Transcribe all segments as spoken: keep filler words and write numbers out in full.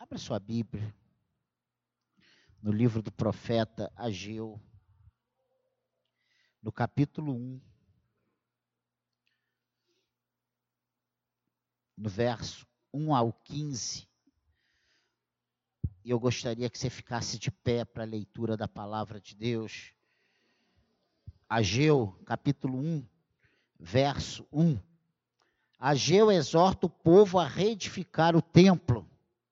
Abra sua Bíblia no livro do profeta Ageu, no capítulo um, no verso um ao quinze. E eu gostaria que você ficasse de pé para a leitura da palavra de Deus. Ageu, capítulo um, verso um. Ageu exorta o povo a reedificar o templo.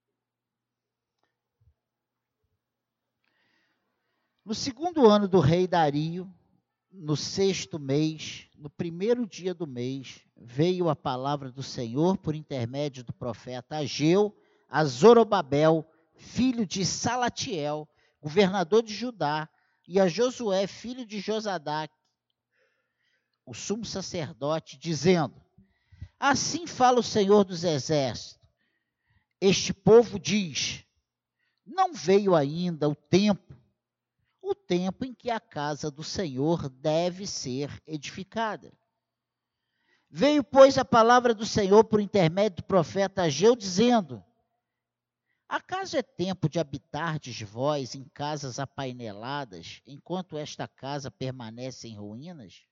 No segundo ano do rei Dario, no sexto mês, no primeiro dia do mês, veio a palavra do Senhor por intermédio do profeta Ageu a Zorobabel, filho de Salatiel, governador de Judá, e a Josué, filho de Josadaque, o sumo sacerdote, dizendo: assim fala o Senhor dos exércitos, este povo diz, não veio ainda o tempo, o tempo em que a casa do Senhor deve ser edificada. Veio, pois, a palavra do Senhor por intermédio do profeta Ageu, dizendo: acaso é tempo de habitardes vós em casas apaineladas, enquanto esta casa permanece em ruínas?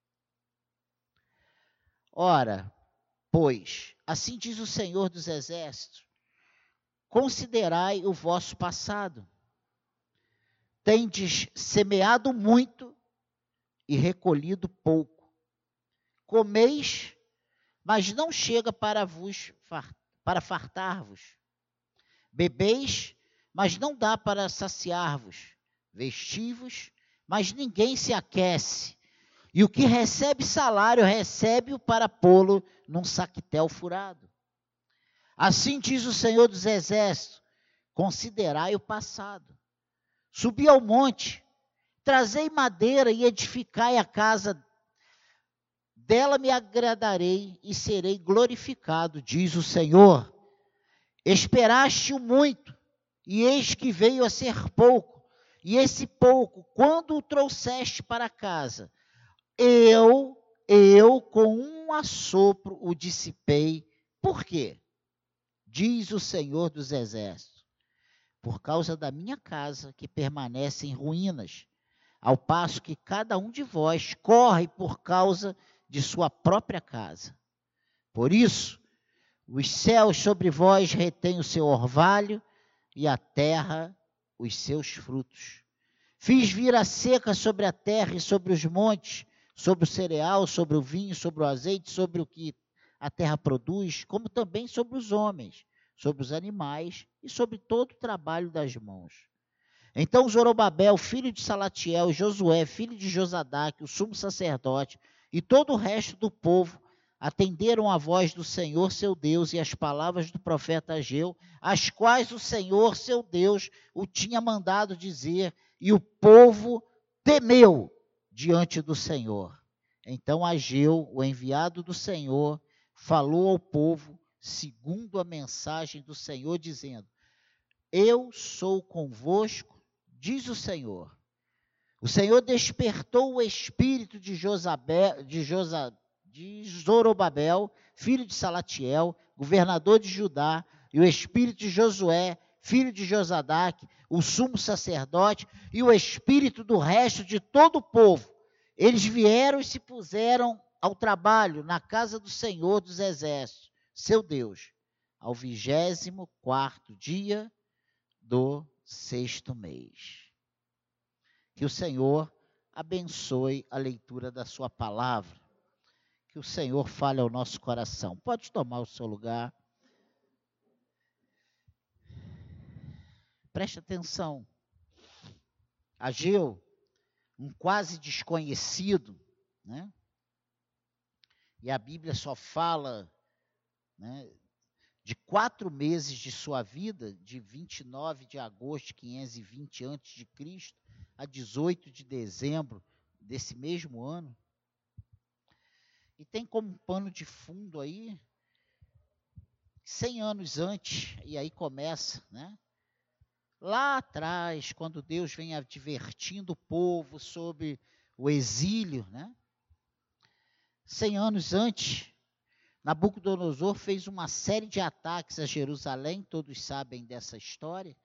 Ora, pois, assim diz o Senhor dos exércitos, considerai o vosso passado. Tendes semeado muito e recolhido pouco. Comeis, mas não chega para vos para fartar-vos. Bebeis, mas não dá para saciar-vos. Vestivos, mas ninguém se aquece. E o que recebe salário, recebe-o para pô-lo num saquetel furado. Assim diz o Senhor dos exércitos, considerai o passado. Subi ao monte, trazei madeira e edificai a casa. Dela me agradarei e serei glorificado, diz o Senhor. Esperaste-o muito, e eis que veio a ser pouco. E esse pouco, quando o trouxeste para casa, eu, eu com um assopro o dissipei. Por quê? Diz o Senhor dos exércitos. Por causa da minha casa, que permanece em ruínas, ao passo que cada um de vós corre por causa de sua própria casa. Por isso, os céus sobre vós retêm o seu orvalho, e a terra os seus frutos. Fiz vir a seca sobre a terra e sobre os montes, sobre o cereal, sobre o vinho, sobre o azeite, sobre o que a terra produz, como também sobre os homens, sobre os animais e sobre todo o trabalho das mãos. Então Zorobabel, filho de Salatiel, Josué, filho de Josadaque, o sumo sacerdote, e todo o resto do povo, atenderam a voz do Senhor seu Deus e as palavras do profeta Ageu, as quais o Senhor seu Deus o tinha mandado dizer, e o povo temeu diante do Senhor. Então Ageu, o enviado do Senhor, falou ao povo, segundo a mensagem do Senhor, dizendo: eu sou convosco, diz o Senhor. O Senhor despertou o espírito de, Josabel, de, Josa, de Zorobabel, filho de Salatiel, governador de Judá, e o espírito de Josué, filho de Josadaque, o sumo sacerdote, e o espírito do resto de todo o povo. Eles vieram e se puseram ao trabalho na casa do Senhor dos exércitos, seu Deus, ao vigésimo quarto dia do sexto mês. Que o Senhor abençoe a leitura da sua palavra. Que o Senhor fale ao nosso coração. Pode tomar o seu lugar. Preste atenção. Ageu, um quase desconhecido, né? E a Bíblia só fala, né, de quatro meses de sua vida, de vinte e nove de agosto de quinhentos e vinte antes de Cristo, a dezoito de dezembro desse mesmo ano. E tem como pano de fundo aí, cem anos antes, e aí começa, né? Lá atrás, quando Deus vem advertindo o povo sobre o exílio, né? cem anos antes, Nabucodonosor fez uma série de ataques a Jerusalém, todos sabem dessa história.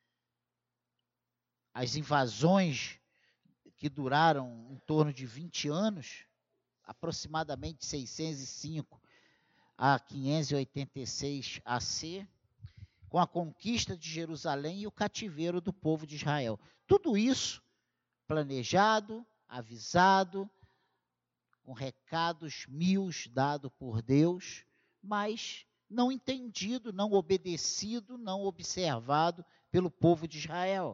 As invasões que duraram em torno de vinte anos, aproximadamente seiscentos e cinco a quinhentos e oitenta e seis A C, com a conquista de Jerusalém e o cativeiro do povo de Israel. Tudo isso planejado, avisado, com recados mil dados por Deus, mas não entendido, não obedecido, não observado pelo povo de Israel.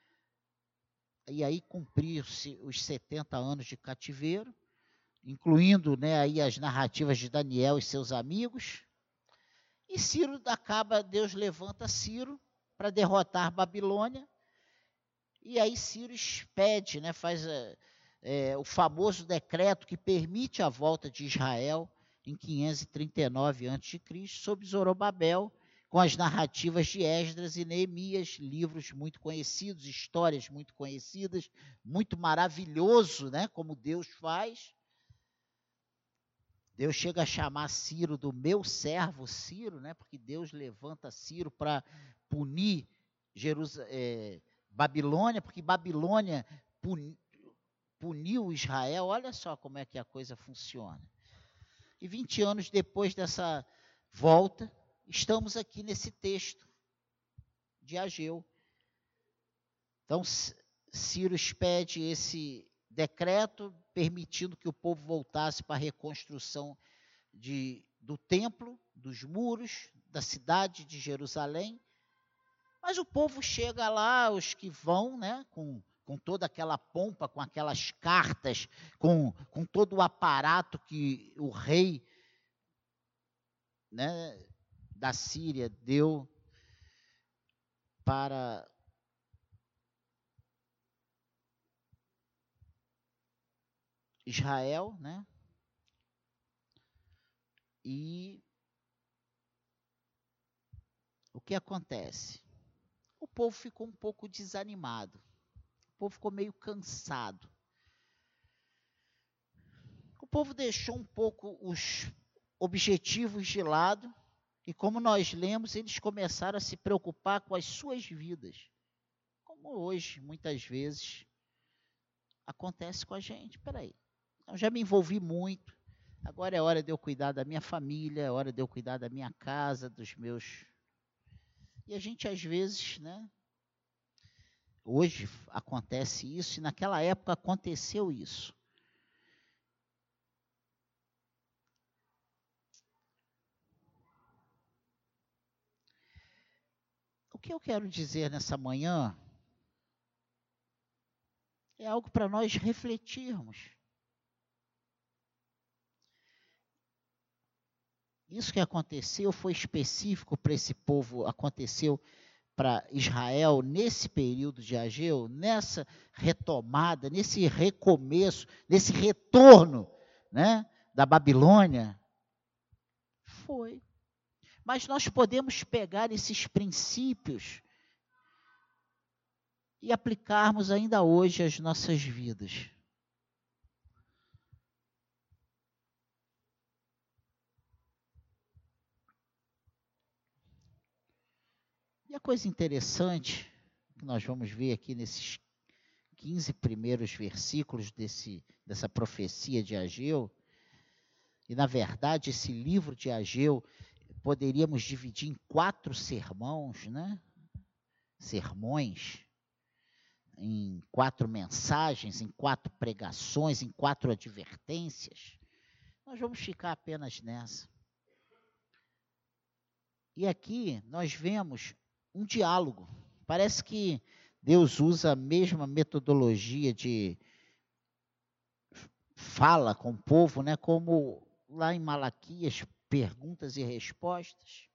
E aí cumpriu-se os setenta anos de cativeiro, incluindo, né, aí as narrativas de Daniel e seus amigos. E Ciro acaba, Deus levanta Ciro para derrotar Babilônia. E aí Ciro expede, né, faz é, é, o famoso decreto que permite a volta de Israel em quinhentos e trinta e nove antes de Cristo, sob Zorobabel, com as narrativas de Esdras e Neemias, livros muito conhecidos, histórias muito conhecidas, muito maravilhoso, né, como Deus faz. Deus chega a chamar Ciro do meu servo Ciro, né, porque Deus levanta Ciro para punir Jerusal- é, Babilônia, porque Babilônia puni, puniu Israel. Olha só como é que a coisa funciona. E vinte anos depois dessa volta, estamos aqui nesse texto de Ageu. Então, Ciro expede esse decreto, permitindo que o povo voltasse para a reconstrução de, do templo, dos muros, da cidade de Jerusalém. Mas o povo chega lá, os que vão, né, com, com toda aquela pompa, com aquelas cartas, com, com todo o aparato que o rei, né, da Síria deu para Israel, né? E o que acontece? O povo ficou um pouco desanimado. O povo ficou meio cansado. O povo deixou um pouco os objetivos de lado e, como nós lemos, eles começaram a se preocupar com as suas vidas. Como hoje, muitas vezes, acontece com a gente. Peraí, eu já me envolvi muito. Agora é hora de eu cuidar da minha família, é hora de eu cuidar da minha casa, dos meus... E a gente, às vezes, né? Hoje acontece isso, e naquela época aconteceu isso. O que eu quero dizer nessa manhã é algo para nós refletirmos. Isso que aconteceu foi específico para esse povo, aconteceu para Israel nesse período de Ageu, nessa retomada, nesse recomeço, nesse retorno, né, da Babilônia? Foi. Mas nós podemos pegar esses princípios e aplicarmos ainda hoje às nossas vidas. E a coisa interessante que nós vamos ver aqui nesses quinze primeiros versículos desse, dessa profecia de Ageu, e na verdade esse livro de Ageu poderíamos dividir em quatro sermões, né? Sermões, em quatro mensagens, em quatro pregações, em quatro advertências. Nós vamos ficar apenas nessa. E aqui nós vemos um diálogo. Parece que Deus usa a mesma metodologia de fala com o povo, né? Como lá em Malaquias, perguntas e respostas.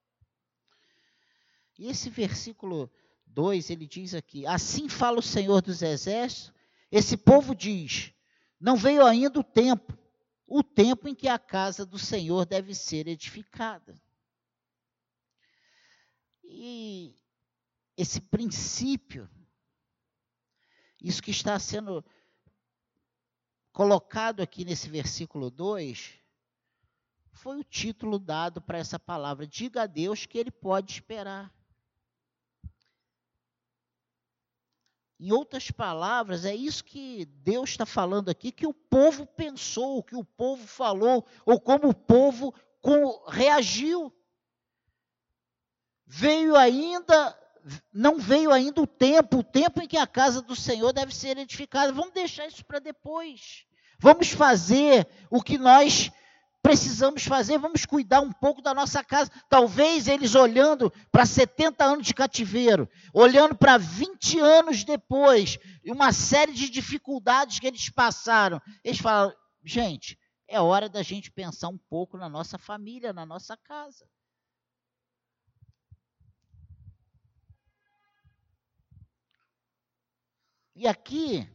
E esse versículo dois, ele diz aqui: assim fala o Senhor dos Exércitos, esse povo diz, não veio ainda o tempo, o tempo em que a casa do Senhor deve ser edificada. E esse princípio, isso que está sendo colocado aqui nesse versículo dois, foi o título dado para essa palavra. Diga a Deus que Ele pode esperar. Em outras palavras, é isso que Deus está falando aqui, que o povo pensou, que o povo falou, ou como o povo reagiu. Veio ainda, não veio ainda o tempo, o tempo em que a casa do Senhor deve ser edificada. Vamos deixar isso para depois. Vamos fazer o que nós precisamos fazer, vamos cuidar um pouco da nossa casa. Talvez eles olhando para setenta anos de cativeiro, olhando para vinte anos depois, e uma série de dificuldades que eles passaram, eles falaram, gente, é hora da gente pensar um pouco na nossa família, na nossa casa. E aqui,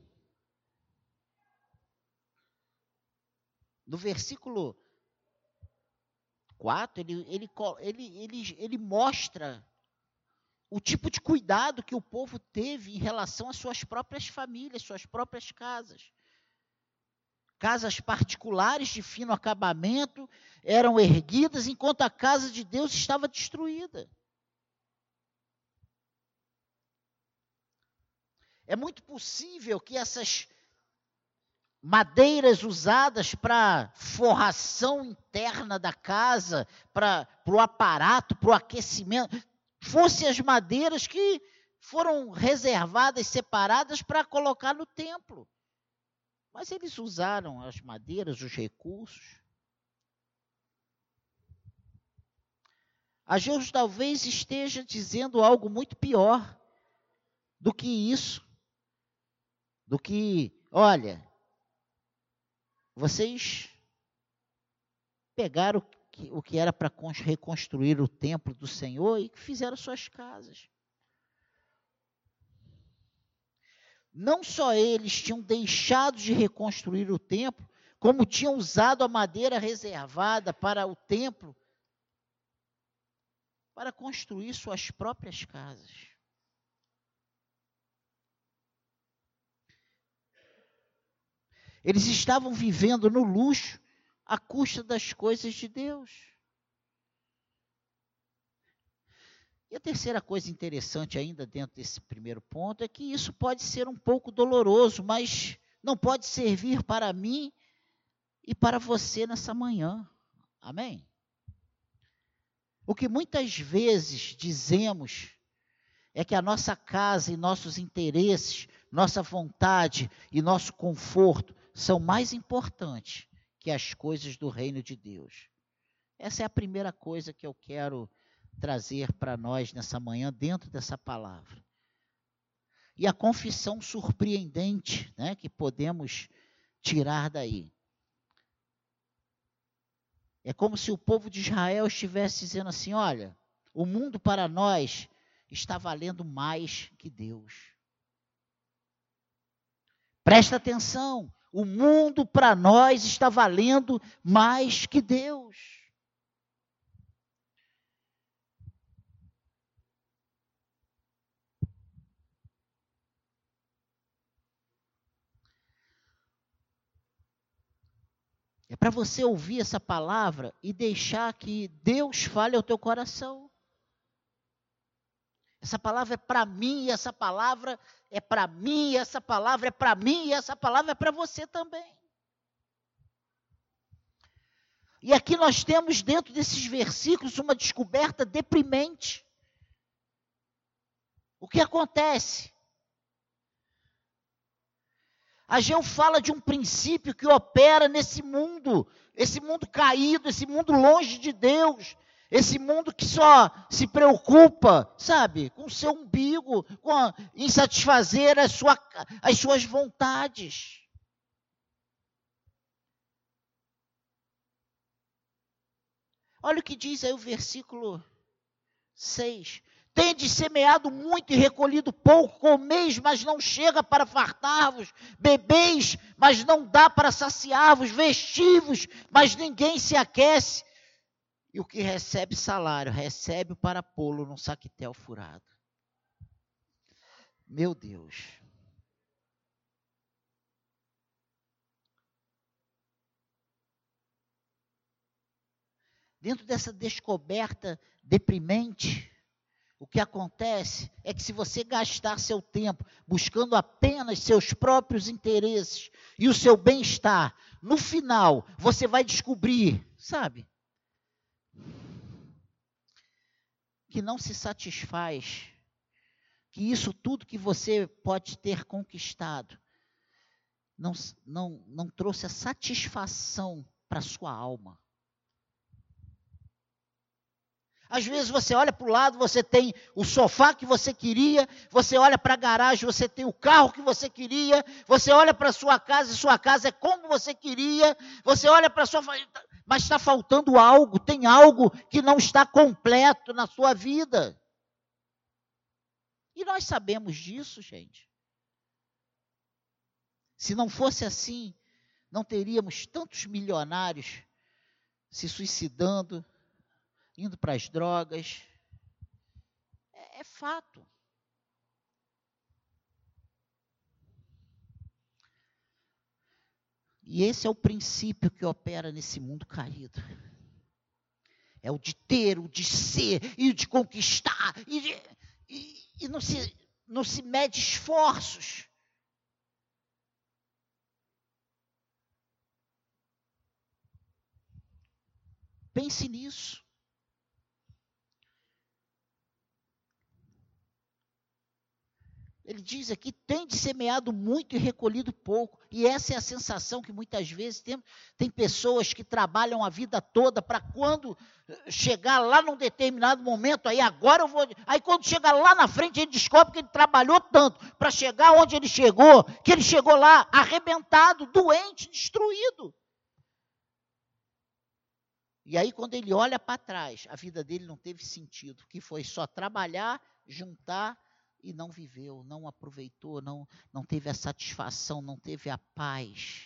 no versículo quatro, ele, ele, ele, ele, ele mostra o tipo de cuidado que o povo teve em relação às suas próprias famílias, suas próprias casas. Casas particulares de fino acabamento eram erguidas, enquanto a casa de Deus estava destruída. É muito possível que essas madeiras usadas para forração interna da casa, para o aparato, para o aquecimento, fossem as madeiras que foram reservadas, separadas para colocar no templo. Mas eles usaram as madeiras, os recursos. Ageu talvez esteja dizendo algo muito pior do que isso, do que, olha, vocês pegaram o que, o que era para reconstruir o templo do Senhor e fizeram suas casas. Não só eles tinham deixado de reconstruir o templo, como tinham usado a madeira reservada para o templo para construir suas próprias casas. Eles estavam vivendo no luxo à custa das coisas de Deus. E a terceira coisa interessante ainda dentro desse primeiro ponto é que isso pode ser um pouco doloroso, mas não pode servir para mim e para você nessa manhã. Amém? O que muitas vezes dizemos é que a nossa casa e nossos interesses, nossa vontade e nosso conforto são mais importantes que as coisas do reino de Deus. Essa é a primeira coisa que eu quero trazer para nós nessa manhã, dentro dessa palavra. E a confissão surpreendente, né, que podemos tirar daí. É como se o povo de Israel estivesse dizendo assim, olha, o mundo para nós está valendo mais que Deus. Presta atenção, o mundo para nós está valendo mais que Deus. É para você ouvir essa palavra e deixar que Deus fale ao teu coração. Essa palavra é para mim, e essa palavra é para mim, e essa palavra é para mim, e essa palavra é para você também. E aqui nós temos dentro desses versículos uma descoberta deprimente. O que acontece? Ageu fala de um princípio que opera nesse mundo, esse mundo caído, esse mundo longe de Deus, esse mundo que só se preocupa, sabe, com o seu umbigo, com a, em satisfazer a sua, as suas vontades. Olha o que diz aí o versículo seis. Tendes semeado muito e recolhido pouco, comeis, mas não chega para fartar-vos, bebeis, mas não dá para saciar-vos, vestivos, mas ninguém se aquece. E o que recebe salário, recebe para pô-lo num saquetel furado. Meu Deus. dentro dessa descoberta deprimente, o que acontece é que se você gastar seu tempo buscando apenas seus próprios interesses e o seu bem-estar, no final você vai descobrir, sabe, que não se satisfaz, que isso tudo que você pode ter conquistado não, não, não trouxe a satisfação para a sua alma. Às vezes você olha para o lado, você tem o sofá que você queria, você olha para a garagem, você tem o carro que você queria, você olha para a sua casa e sua casa é como você queria, você olha para a sua... mas está faltando algo, tem algo que não está completo na sua vida. E nós sabemos disso, gente. Se não fosse assim, não teríamos tantos milionários se suicidando, indo para as drogas. É, é fato. E esse é o princípio que opera nesse mundo caído. É o de ter, o de ser, e o de conquistar, e, de, e, e não, se, não se mede esforços. Pense nisso. Ele diz aqui, tem de semeado muito e recolhido pouco. E essa é a sensação que muitas vezes tem, tem pessoas que trabalham a vida toda para quando chegar lá num determinado momento, aí agora eu vou... Aí quando chega lá na frente, ele descobre que ele trabalhou tanto para chegar onde ele chegou, que ele chegou lá arrebentado, doente, destruído. E aí quando ele olha para trás, a vida dele não teve sentido, que foi só trabalhar, juntar, e não viveu, não aproveitou, não, não teve a satisfação, não teve a paz.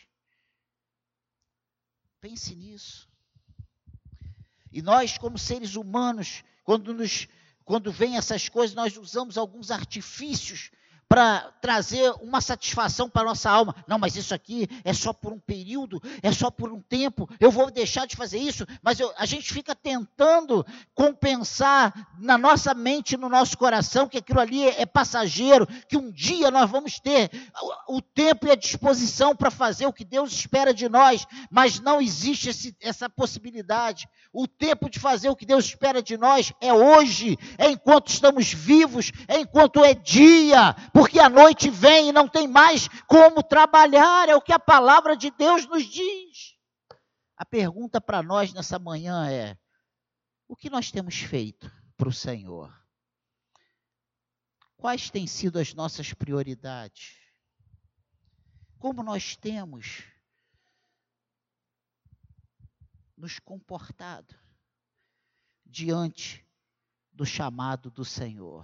Pense nisso. E nós, como seres humanos, quando, nos, quando vem essas coisas, nós usamos alguns artifícios para trazer uma satisfação para a nossa alma. Não, mas isso aqui é só por um período, é só por um tempo, eu vou deixar de fazer isso, mas eu, a gente fica tentando compensar na nossa mente, no nosso coração, que aquilo ali é, é passageiro, que um dia nós vamos ter o, o tempo e a disposição para fazer o que Deus espera de nós, mas não existe esse, essa possibilidade. O tempo de fazer o que Deus espera de nós é hoje, é enquanto estamos vivos, é enquanto é dia, porque a noite vem e não tem mais como trabalhar, é o que a palavra de Deus nos diz. A pergunta para nós nessa manhã é, o que nós temos feito para o Senhor? Quais têm sido as nossas prioridades? Como nós temos nos comportado diante do chamado do Senhor?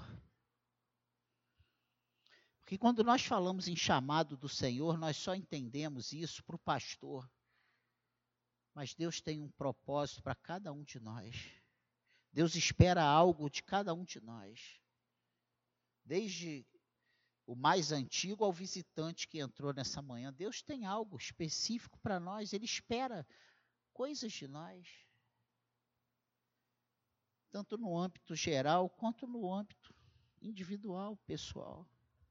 Porque quando nós falamos em chamado do Senhor, nós só entendemos isso para o pastor. Mas Deus tem um propósito para cada um de nós. Deus espera algo de cada um de nós. Desde o mais antigo ao visitante que entrou nessa manhã, Deus tem algo específico para nós. Ele espera coisas de nós. Tanto no âmbito geral, quanto no âmbito individual, pessoal.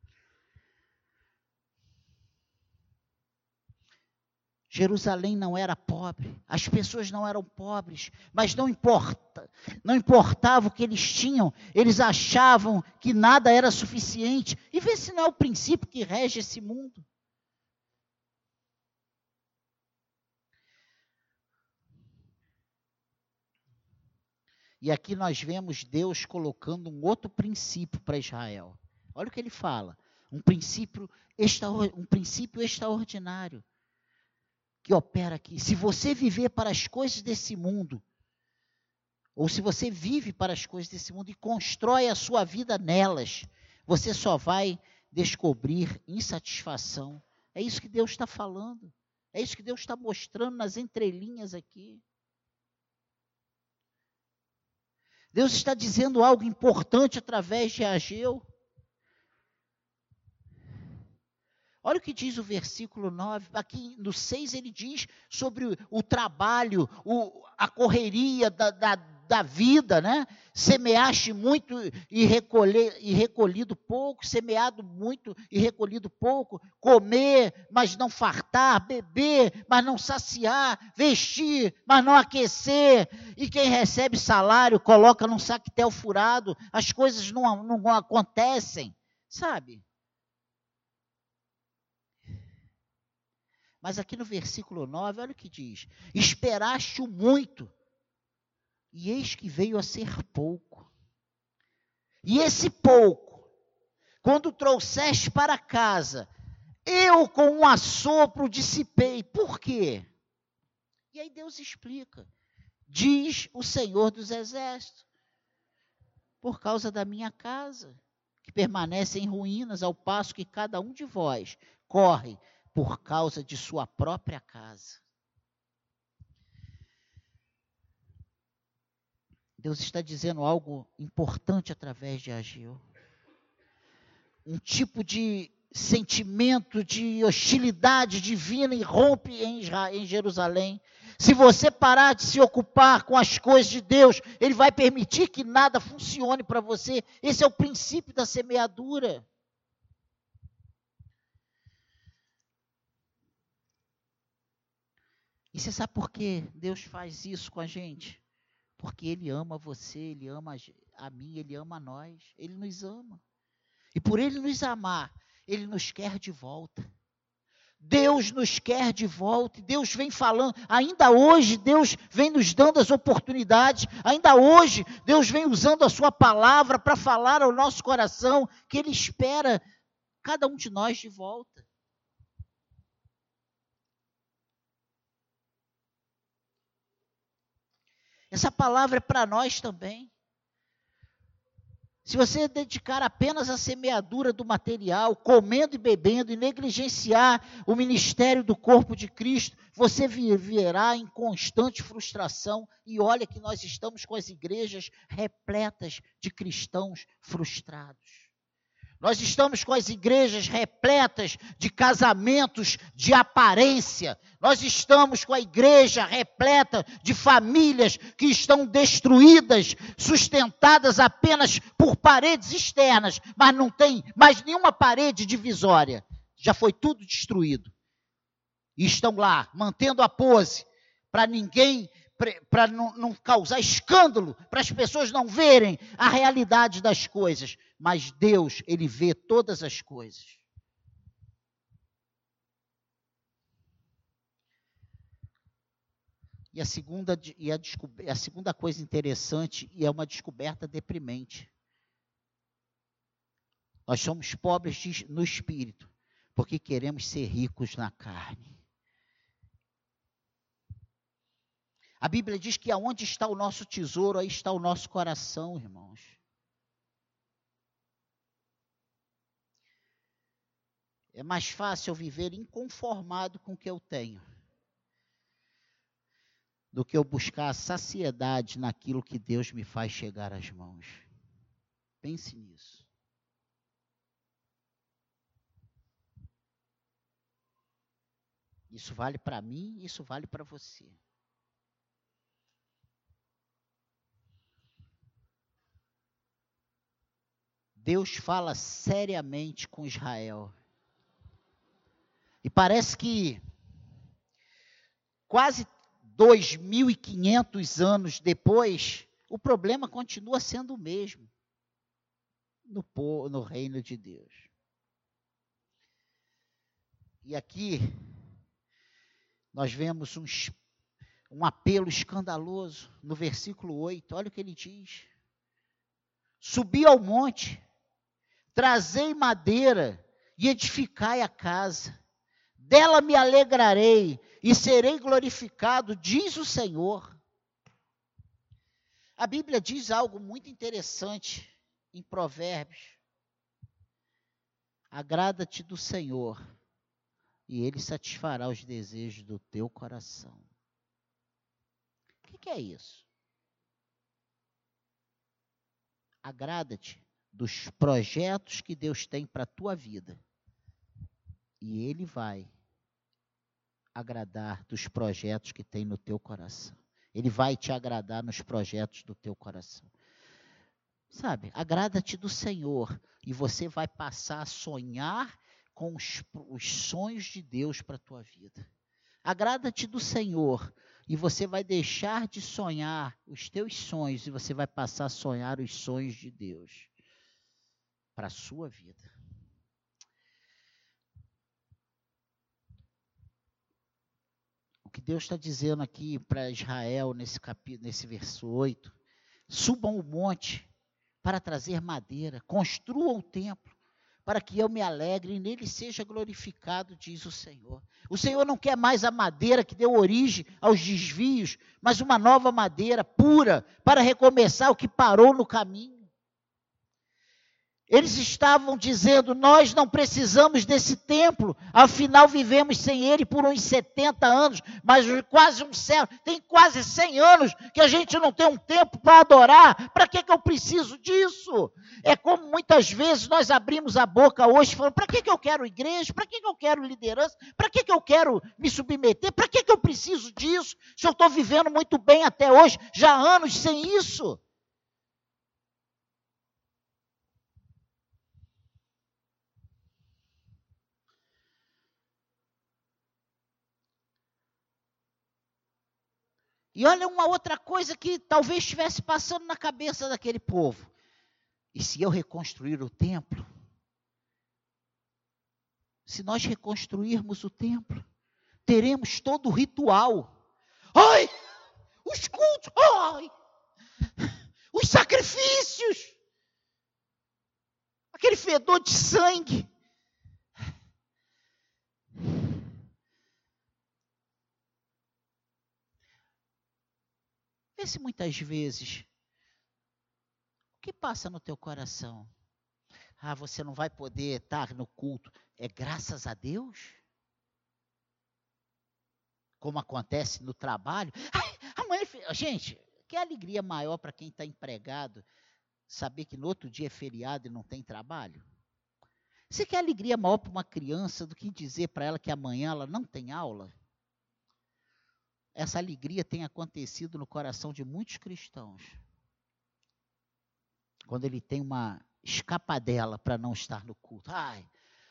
Jerusalém não era pobre, as pessoas não eram pobres, mas não importa, não importava o que eles tinham, eles achavam que nada era suficiente. E vê se não é o princípio que rege esse mundo. E aqui nós vemos Deus colocando um outro princípio para Israel. Olha o que ele fala, um princípio, extra, um princípio extraordinário. Que opera aqui. Se você viver para as coisas desse mundo, ou se você vive para as coisas desse mundo e constrói a sua vida nelas, você só vai descobrir insatisfação. É isso que Deus está falando. É isso que Deus está mostrando nas entrelinhas aqui. Deus está dizendo algo importante através de Ageu. Olha o que diz o versículo nove, aqui no seis ele diz sobre o, o trabalho, o, a correria da, da, da vida, né? Semeaste muito e, recolher, e recolhido pouco, semeado muito e recolhido pouco, comer, mas não fartar, beber, mas não saciar, vestir, mas não aquecer, e quem recebe salário coloca num saquetel furado, as coisas não, não acontecem, sabe? Mas aqui no versículo nove, olha o que diz: esperaste-o muito, e eis que veio a ser pouco. E esse pouco, quando trouxeste para casa, eu com um assopro dissipei. Por quê? E aí Deus explica. Diz o Senhor dos Exércitos: por causa da minha casa, que permanece em ruínas, ao passo que cada um de vós corre por causa de sua própria casa. Deus está dizendo algo importante através de Ageu. Um tipo de sentimento de hostilidade divina irrompe em, Israel, em Jerusalém. Se você parar de se ocupar com as coisas de Deus, Ele vai permitir que nada funcione para você. Esse é o princípio da semeadura. E você sabe por que Deus faz isso com a gente? Porque Ele ama você, Ele ama a mim, Ele ama a nós, Ele nos ama. E por Ele nos amar, Ele nos quer de volta. Deus nos quer de volta, e Deus vem falando, ainda hoje Deus vem nos dando as oportunidades, ainda hoje Deus vem usando a sua palavra para falar ao nosso coração, que Ele espera cada um de nós de volta. Essa palavra é para nós também. Se você dedicar apenas à semeadura do material, comendo e bebendo, e negligenciar o ministério do corpo de Cristo, você viverá em constante frustração. E olha que nós estamos com as igrejas repletas de cristãos frustrados. Nós estamos com as igrejas repletas de casamentos de aparência. Nós estamos com a igreja repleta de famílias que estão destruídas, sustentadas apenas por paredes externas, mas não tem mais nenhuma parede divisória. Já foi tudo destruído. E estão lá, mantendo a pose, para ninguém, para não, não causar escândalo, para as pessoas não verem a realidade das coisas. Mas Deus, Ele vê todas as coisas. E a segunda, e a, a segunda coisa interessante, e é uma descoberta deprimente. Nós somos pobres de, no espírito, porque queremos ser ricos na carne. A Bíblia diz que aonde está o nosso tesouro, aí está o nosso coração, irmãos. É mais fácil eu viver inconformado com o que eu tenho, do que eu buscar a saciedade naquilo que Deus me faz chegar às mãos. Pense nisso. Isso vale para mim, isso vale para você. Deus fala seriamente com Israel. E parece que quase dois mil e quinhentos anos depois, o problema continua sendo o mesmo no, no reino de Deus. E aqui nós vemos um, um apelo escandaloso no versículo oito. Olha o que ele diz: subi ao monte, trazei madeira e edificai a casa. Dela me alegrarei e serei glorificado, diz o Senhor. A Bíblia diz algo muito interessante em Provérbios. Agrada-te do Senhor, e Ele satisfará os desejos do teu coração. O que, que é isso? Agrada-te dos projetos que Deus tem para a tua vida. E Ele vai agradar dos projetos que tem no teu coração. Ele vai te agradar nos projetos do teu coração. Sabe, agrada-te do Senhor e você vai passar a sonhar com os, os sonhos de Deus para a tua vida. Agrada-te do Senhor e você vai deixar de sonhar os teus sonhos e você vai passar a sonhar os sonhos de Deus para a sua vida. O que Deus está dizendo aqui para Israel nesse capítulo, nesse verso oito, subam o monte para trazer madeira, construam o templo, para que eu me alegre e nele seja glorificado, diz o Senhor. O Senhor não quer mais a madeira que deu origem aos desvios, mas uma nova madeira pura, para recomeçar o que parou no caminho. Eles estavam dizendo, nós não precisamos desse templo, afinal vivemos sem ele por uns setenta anos, mas quase um século, tem quase cem anos que a gente não tem um templo para adorar, para que, que eu preciso disso? É como muitas vezes nós abrimos a boca hoje falando, para que, que eu quero igreja, para que, que eu quero liderança, para que, que eu quero me submeter, para que, que eu preciso disso, se eu estou vivendo muito bem até hoje, já há anos sem isso? E olha uma outra coisa que talvez estivesse passando na cabeça daquele povo. E se eu reconstruir o templo? Se nós reconstruirmos o templo, teremos todo o ritual. Ai! Os cultos! Ai! Os sacrifícios! Aquele fedor de sangue! Vê se muitas vezes, o que passa no teu coração? Ah, você não vai poder estar no culto. É graças a Deus? Como acontece no trabalho. Ai, amanhã, gente, que alegria maior para quem está empregado, saber que no outro dia é feriado e não tem trabalho? Você quer alegria maior para uma criança do que dizer para ela que amanhã ela não tem aula? Essa alegria tem acontecido no coração de muitos cristãos. Quando ele tem uma escapadela para não estar no culto. Ai,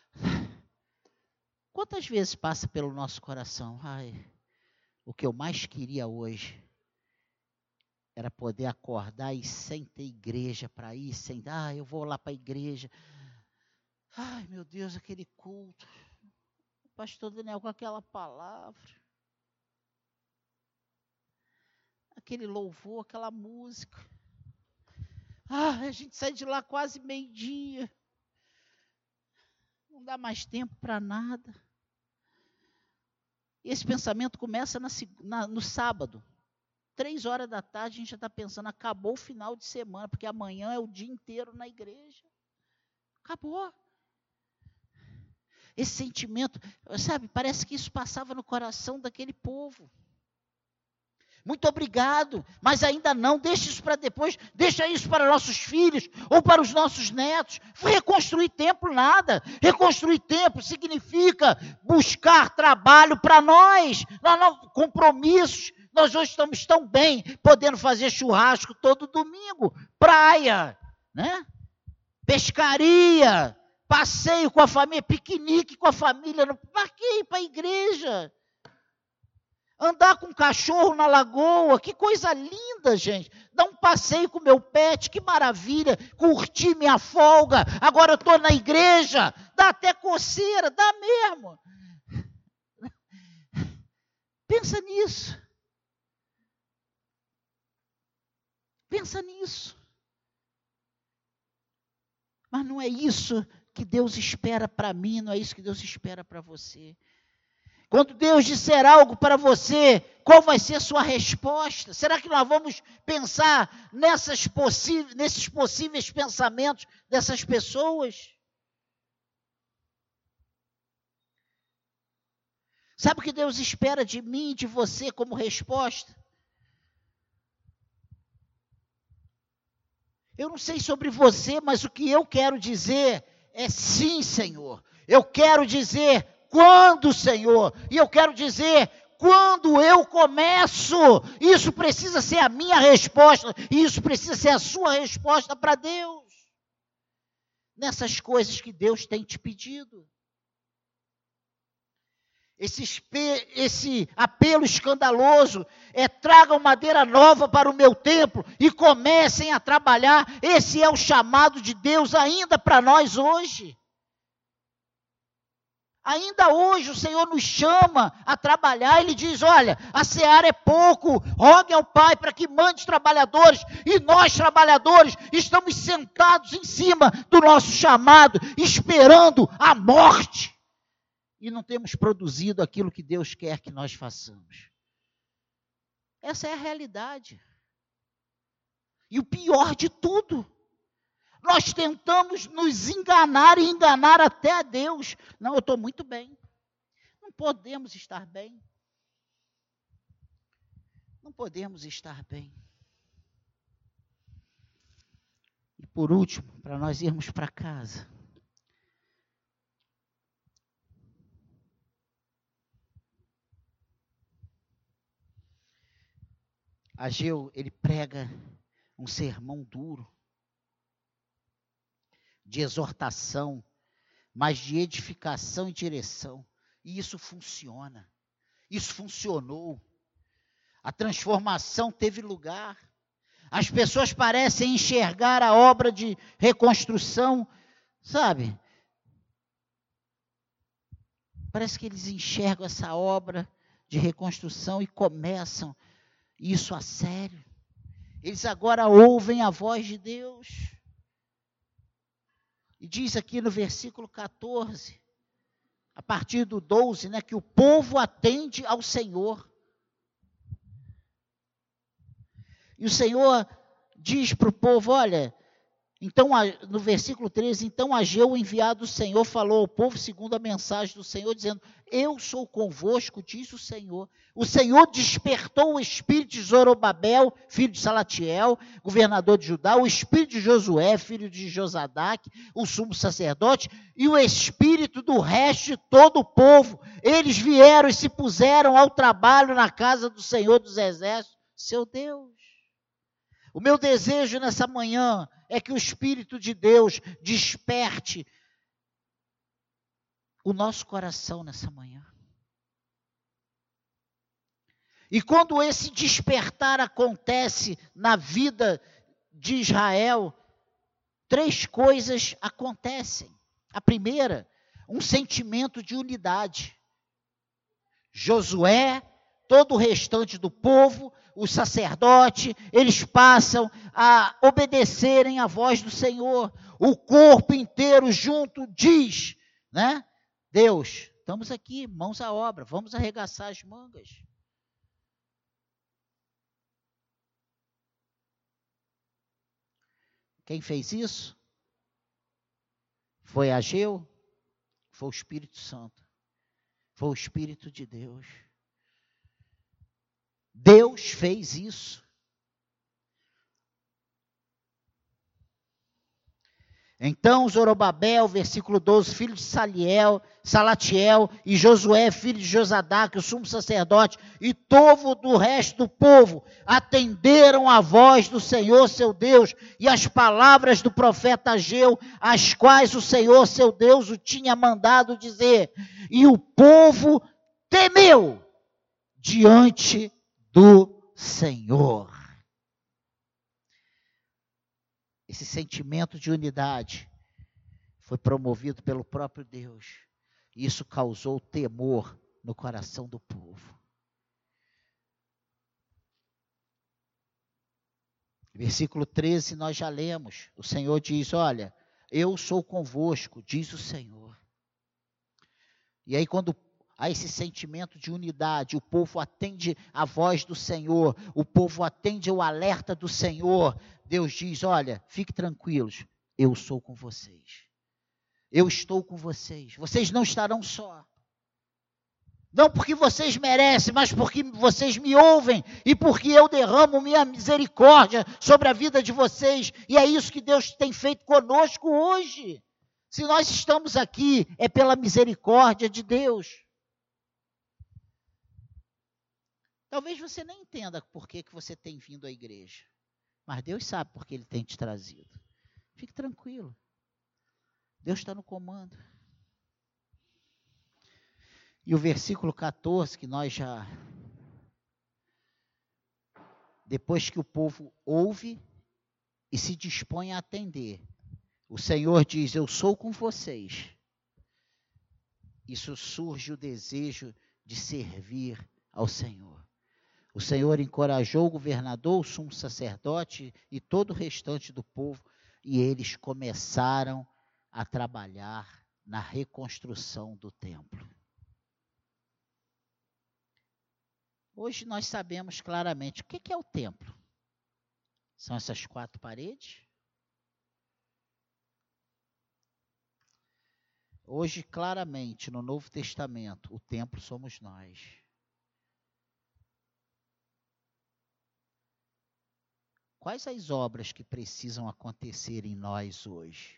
quantas vezes passa pelo nosso coração? Ai, o que eu mais queria hoje era poder acordar e sem ter igreja para ir, sem, ah, eu vou lá para a igreja. Ai, meu Deus, aquele culto. O pastor Daniel com aquela palavra. Aquele louvor, aquela música. Ah, a gente sai de lá quase meio-dia. Não dá mais tempo para nada. E esse pensamento começa na, na, no sábado. Três horas da tarde a gente já está pensando, acabou o final de semana, porque amanhã é o dia inteiro na igreja. Acabou. Esse sentimento, sabe, parece que isso passava no coração daquele povo. Muito obrigado, mas ainda não, deixa isso para depois, deixa isso para nossos filhos ou para os nossos netos. Reconstruir templo, nada. Reconstruir templo significa buscar trabalho para nós, nós não, compromissos. Nós hoje estamos tão bem, podendo fazer churrasco todo domingo, praia, né? Pescaria, passeio com a família, piquenique com a família, para que ir para a igreja? Andar com um cachorro na lagoa, que coisa linda, gente. Dar um passeio com o meu pet, que maravilha. Curtir minha folga. Agora eu estou na igreja. Dá até coceira, dá mesmo. Pensa nisso. Pensa nisso. Mas não é isso que Deus espera para mim, não é isso que Deus espera para você. Quando Deus disser algo para você, qual vai ser a sua resposta? Será que nós vamos pensar nessas possi- nesses possíveis pensamentos dessas pessoas? Sabe o que Deus espera de mim e de você como resposta? Eu não sei sobre você, mas o que eu quero dizer é sim, Senhor. Eu quero dizer, Quando, Senhor? E eu quero dizer, quando eu começo, isso precisa ser a minha resposta, e isso precisa ser a sua resposta para Deus. Nessas coisas que Deus tem te pedido. Esse, esse apelo escandaloso é: tragam madeira nova para o meu templo e comecem a trabalhar. Esse é o chamado de Deus ainda para nós hoje. Ainda hoje o Senhor nos chama a trabalhar. Ele diz: olha, a seara é pouco, rogue ao Pai para que mande trabalhadores. E nós, trabalhadores, estamos sentados em cima do nosso chamado, esperando a morte. E não temos produzido aquilo que Deus quer que nós façamos. Essa é a realidade. E o pior de tudo, nós tentamos nos enganar e enganar até a Deus. Não, eu estou muito bem. Não podemos estar bem. Não podemos estar bem. E por último, para nós irmos para casa, Ageu, ele prega um sermão duro, de exortação, mas de edificação e direção. E isso funciona. Isso funcionou. A transformação teve lugar. As pessoas parecem enxergar a obra de reconstrução, sabe? Parece que eles enxergam essa obra de reconstrução e começam isso a sério. Eles agora ouvem a voz de Deus. E diz aqui no versículo catorze, a partir do doze, né, que o povo atende ao Senhor. E o Senhor diz para o povo, olha, então, no versículo treze, então Ageu, o enviado do Senhor, falou ao povo segundo a mensagem do Senhor, dizendo: eu sou convosco, diz o Senhor. O Senhor despertou o espírito de Zorobabel, filho de Salatiel, governador de Judá, o espírito de Josué, filho de Josadaque, o sumo sacerdote, e o espírito do resto de todo o povo. Eles vieram e se puseram ao trabalho na casa do Senhor dos Exércitos, seu Deus. O meu desejo nessa manhã é que o Espírito de Deus desperte o nosso coração nessa manhã. E quando esse despertar acontece na vida de Israel, três coisas acontecem. A primeira, um sentimento de unidade. Josué, todo o restante do povo, os sacerdotes, eles passam a obedecerem à voz do Senhor. O corpo inteiro junto diz, né? Deus, estamos aqui, mãos à obra, vamos arregaçar as mangas. Quem fez isso? Foi Ageu? Foi o Espírito Santo. Foi o Espírito de Deus. Deus fez isso. Então Zorobabel, versículo doze, filho de Saliel, Salatiel, e Josué, filho de Josadaque, o sumo sacerdote, e todo o resto do povo, atenderam a voz do Senhor, seu Deus, e as palavras do profeta Ageu, as quais o Senhor, seu Deus, o tinha mandado dizer. E o povo temeu diante do Senhor. Esse sentimento de unidade foi promovido pelo próprio Deus. E isso causou temor no coração do povo. Versículo treze, nós já lemos. O Senhor diz, olha, eu sou convosco, diz o Senhor. E aí quando há esse sentimento de unidade, o povo atende a voz do Senhor, o povo atende o alerta do Senhor, Deus diz, olha, fiquem tranquilos, eu sou com vocês. Eu estou com vocês. Vocês não estarão só. Não porque vocês merecem, mas porque vocês me ouvem e porque eu derramo minha misericórdia sobre a vida de vocês. E é isso que Deus tem feito conosco hoje. Se nós estamos aqui, é pela misericórdia de Deus. Talvez você nem entenda por que, que você tem vindo à igreja. Mas Deus sabe por que Ele tem te trazido. Fique tranquilo. Deus está no comando. E o versículo catorze, que nós já... Depois que o povo ouve e se dispõe a atender, o Senhor diz, eu sou com vocês. Isso surge o desejo de servir ao Senhor. O Senhor encorajou o governador, o sumo sacerdote e todo o restante do povo, e eles começaram a trabalhar na reconstrução do templo. Hoje nós sabemos claramente o que é o templo. São essas quatro paredes. Hoje, claramente, no Novo Testamento, o templo somos nós. Quais as obras que precisam acontecer em nós hoje?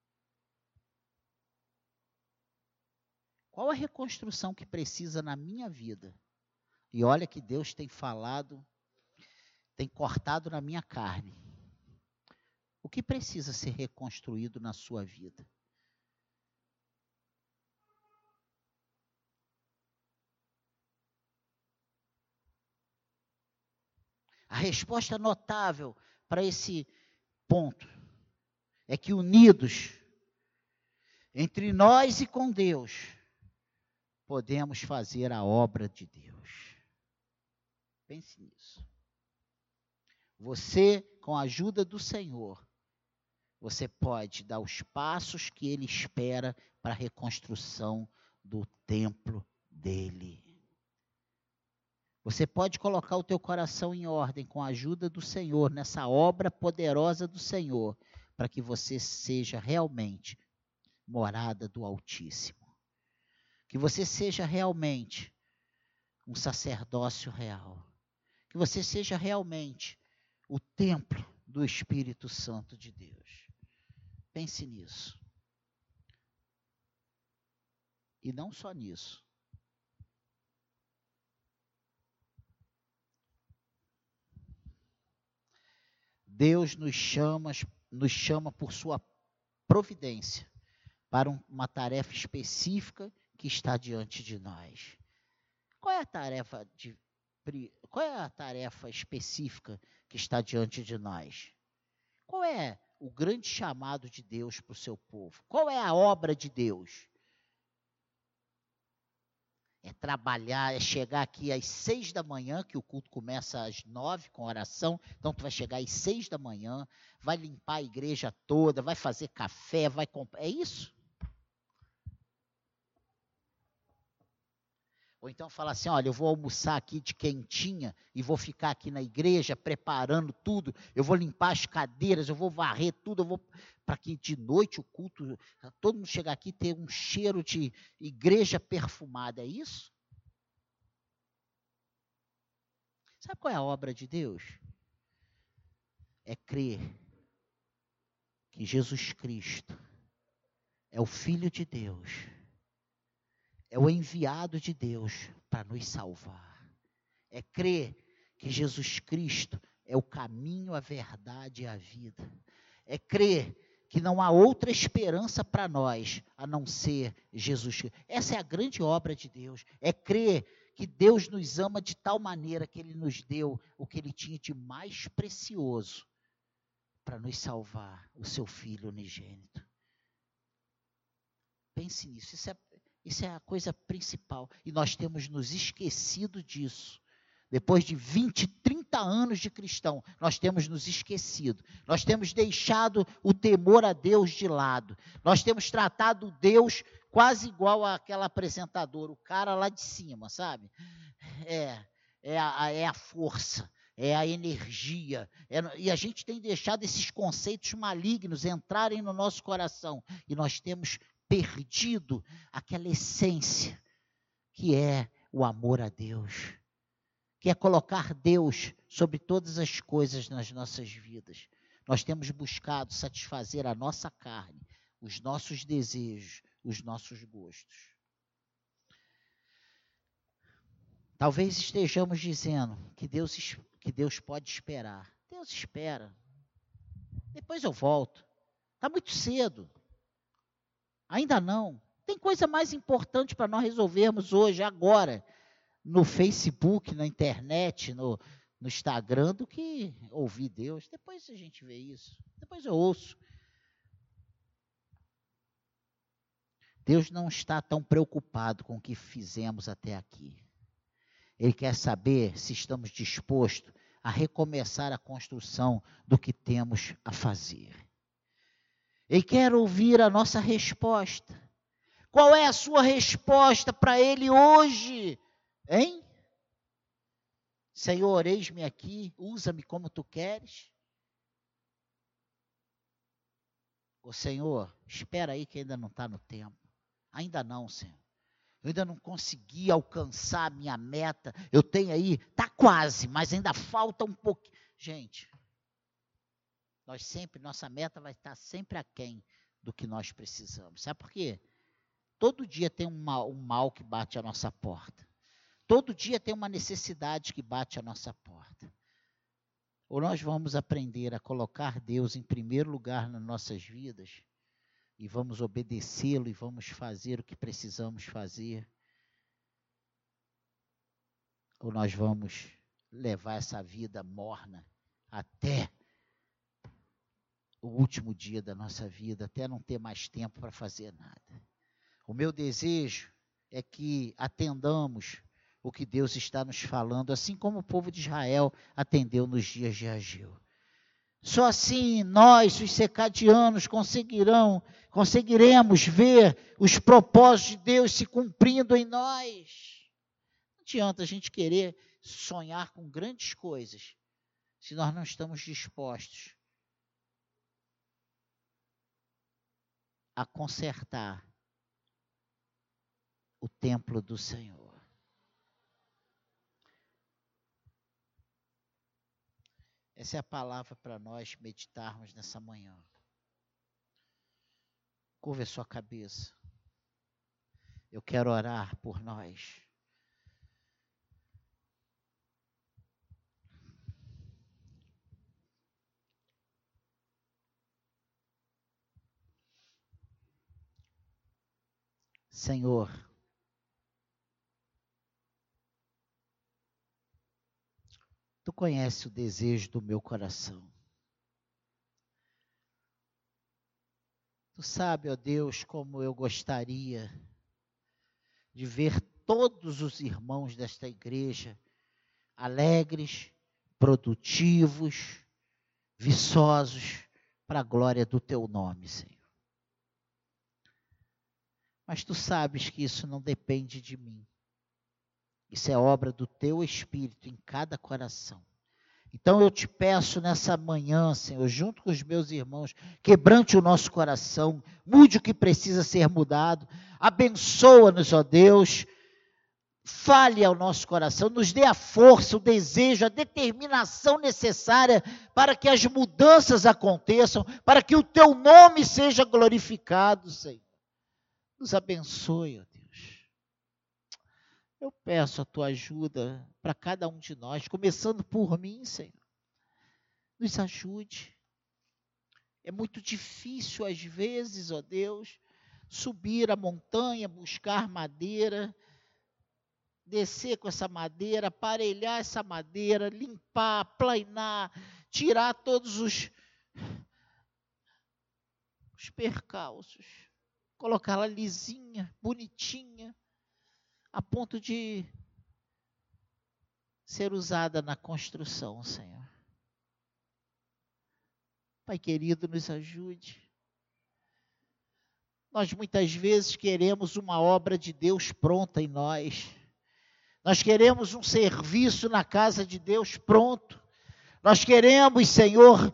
Qual a reconstrução que precisa na minha vida? E olha que Deus tem falado, tem cortado na minha carne. O que precisa ser reconstruído na sua vida? A resposta notável para esse ponto é que unidos entre nós e com Deus, podemos fazer a obra de Deus. Pense nisso. Você, com a ajuda do Senhor, você pode dar os passos que Ele espera para a reconstrução do templo dEle. Você pode colocar o teu coração em ordem com a ajuda do Senhor, nessa obra poderosa do Senhor, para que você seja realmente morada do Altíssimo. Que você seja realmente um sacerdócio real. Que você seja realmente o templo do Espírito Santo de Deus. Pense nisso. E não só nisso. Deus nos chama, nos chama por sua providência para uma tarefa específica que está diante de nós. Qual é a tarefa de, qual é a tarefa específica que está diante de nós? Qual é o grande chamado de Deus para o seu povo? Qual é a obra de Deus? É trabalhar, é chegar aqui às seis da manhã, que o culto começa às nove com oração, então tu vai chegar às seis da manhã, vai limpar a igreja toda, vai fazer café, vai comprar, é isso? Ou então falar assim, olha, eu vou almoçar aqui de quentinha e vou ficar aqui na igreja preparando tudo, eu vou limpar as cadeiras, eu vou varrer tudo, eu vou para que de noite o culto, todo mundo chegar aqui e ter um cheiro de igreja perfumada, é isso? Sabe qual é a obra de Deus? É crer que Jesus Cristo é o Filho de Deus, é o enviado de Deus para nos salvar. É crer que Jesus Cristo é o caminho, a verdade e a vida. É crer que não há outra esperança para nós a não ser Jesus Cristo. Essa é a grande obra de Deus. É crer que Deus nos ama de tal maneira que Ele nos deu o que Ele tinha de mais precioso para nos salvar, o seu Filho unigênito. Pense nisso, isso é, isso é a coisa principal. E nós temos nos esquecido disso. Depois de vinte, trinta anos de cristão, nós temos nos esquecido. Nós temos deixado o temor a Deus de lado. Nós temos tratado Deus quase igual àquela apresentadora, o cara lá de cima, sabe? É, é a, é a força, é a energia. É, e a gente tem deixado esses conceitos malignos entrarem no nosso coração. E nós temos perdido aquela essência que é o amor a Deus, que é colocar Deus sobre todas as coisas nas nossas vidas. Nós temos buscado satisfazer a nossa carne, os nossos desejos, os nossos gostos. Talvez estejamos dizendo que Deus, que Deus pode esperar. Deus espera. Depois eu volto. Está muito cedo. Ainda não. Tem coisa mais importante para nós resolvermos hoje, agora, no Facebook, na internet, no, no Instagram, do que ouvir Deus. Depois a gente vê isso. Depois eu ouço. Deus não está tão preocupado com o que fizemos até aqui. Ele quer saber se estamos dispostos a recomeçar a construção do que temos a fazer. Ele quer ouvir a nossa resposta. Qual é a sua resposta para Ele hoje? Hein? Senhor, eis-me aqui, usa-me como Tu queres. Ô Senhor, espera aí que ainda não está no tempo. Ainda não, Senhor. Eu ainda não consegui alcançar a minha meta. Eu tenho aí, está quase, mas ainda falta um pouquinho. Gente, nós sempre, nossa meta vai estar sempre aquém do que nós precisamos. Sabe por quê? Todo dia tem um mal, um mal que bate à nossa porta. Todo dia tem uma necessidade que bate à nossa porta. Ou nós vamos aprender a colocar Deus em primeiro lugar nas nossas vidas, e vamos obedecê-lo e vamos fazer o que precisamos fazer. Ou nós vamos levar essa vida morna até o último dia da nossa vida, até não ter mais tempo para fazer nada. O meu desejo é que atendamos o que Deus está nos falando, assim como o povo de Israel atendeu nos dias de Ageu. Só assim nós, os secadianos, conseguirão, conseguiremos ver os propósitos de Deus se cumprindo em nós. Não adianta a gente querer sonhar com grandes coisas, se nós não estamos dispostos a consertar o templo do Senhor. Essa é a palavra para nós meditarmos nessa manhã. Curva a sua cabeça. Eu quero orar por nós. Senhor, Tu conheces o desejo do meu coração. Tu sabe, ó Deus, como eu gostaria de ver todos os irmãos desta igreja alegres, produtivos, viçosos, para a glória do Teu nome, Senhor. Mas Tu sabes que isso não depende de mim. Isso é obra do Teu Espírito em cada coração. Então eu te peço nessa manhã, Senhor, junto com os meus irmãos, quebrante o nosso coração, mude o que precisa ser mudado, abençoa-nos, ó Deus, fale ao nosso coração, nos dê a força, o desejo, a determinação necessária para que as mudanças aconteçam, para que o Teu nome seja glorificado, Senhor. Nos abençoe, ó Deus. Eu peço a Tua ajuda para cada um de nós, começando por mim, Senhor. Nos ajude. É muito difícil, às vezes, ó Deus, subir a montanha, buscar madeira, descer com essa madeira, aparelhar essa madeira, limpar, aplainar, tirar todos os, os percalços, colocá-la lisinha, bonitinha, a ponto de ser usada na construção, Senhor. Pai querido, nos ajude. Nós muitas vezes queremos uma obra de Deus pronta em nós. Nós queremos um serviço na casa de Deus pronto. Nós queremos, Senhor,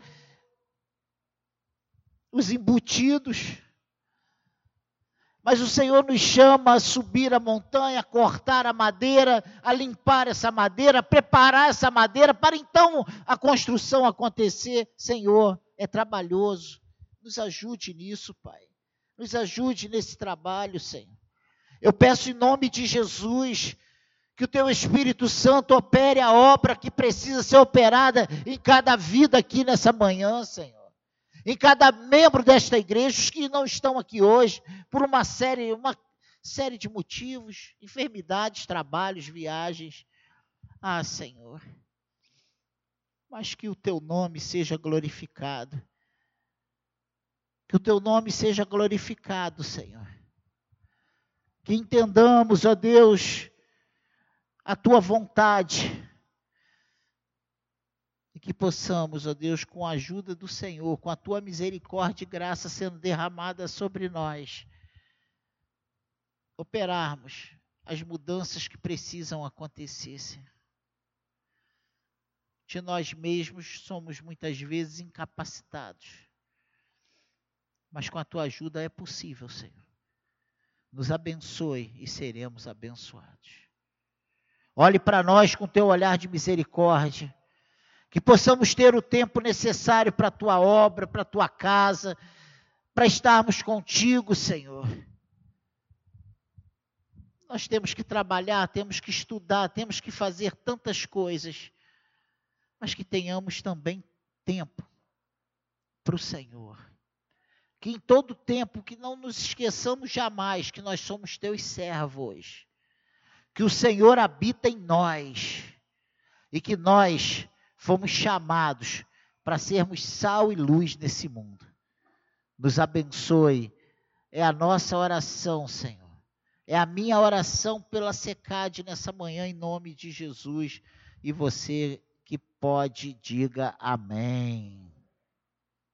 os embutidos. Mas o Senhor nos chama a subir a montanha, a cortar a madeira, a limpar essa madeira, a preparar essa madeira, para então a construção acontecer. Senhor, é trabalhoso. Nos ajude nisso, Pai. nos ajude nesse trabalho, Senhor. Eu peço em nome de Jesus, que o Teu Espírito Santo opere a obra que precisa ser operada em cada vida aqui nessa manhã, Senhor. Em cada membro desta igreja, os que não estão aqui hoje, por uma série, uma série de motivos, enfermidades, trabalhos, viagens. Ah, Senhor, mas que o Teu nome seja glorificado. Que o Teu nome seja glorificado, Senhor. Que entendamos, ó Deus, a Tua vontade. E que possamos, ó Deus, com a ajuda do Senhor, com a Tua misericórdia e graça sendo derramada sobre nós, operarmos as mudanças que precisam acontecer, Senhor. De nós mesmos somos muitas vezes incapacitados, mas com a Tua ajuda é possível, Senhor. Nos abençoe e seremos abençoados. Olhe para nós com Teu olhar de misericórdia, que possamos ter o tempo necessário para a Tua obra, para a Tua casa, para estarmos contigo, Senhor. Nós temos que trabalhar, temos que estudar, temos que fazer tantas coisas, mas que tenhamos também tempo para o Senhor. Que em todo tempo, que não nos esqueçamos jamais que nós somos Teus servos, que o Senhor habita em nós e que nós fomos chamados para sermos sal e luz nesse mundo. Nos abençoe, é a nossa oração, Senhor. É a minha oração pela SECAD nessa manhã, em nome de Jesus. E você que pode, diga amém.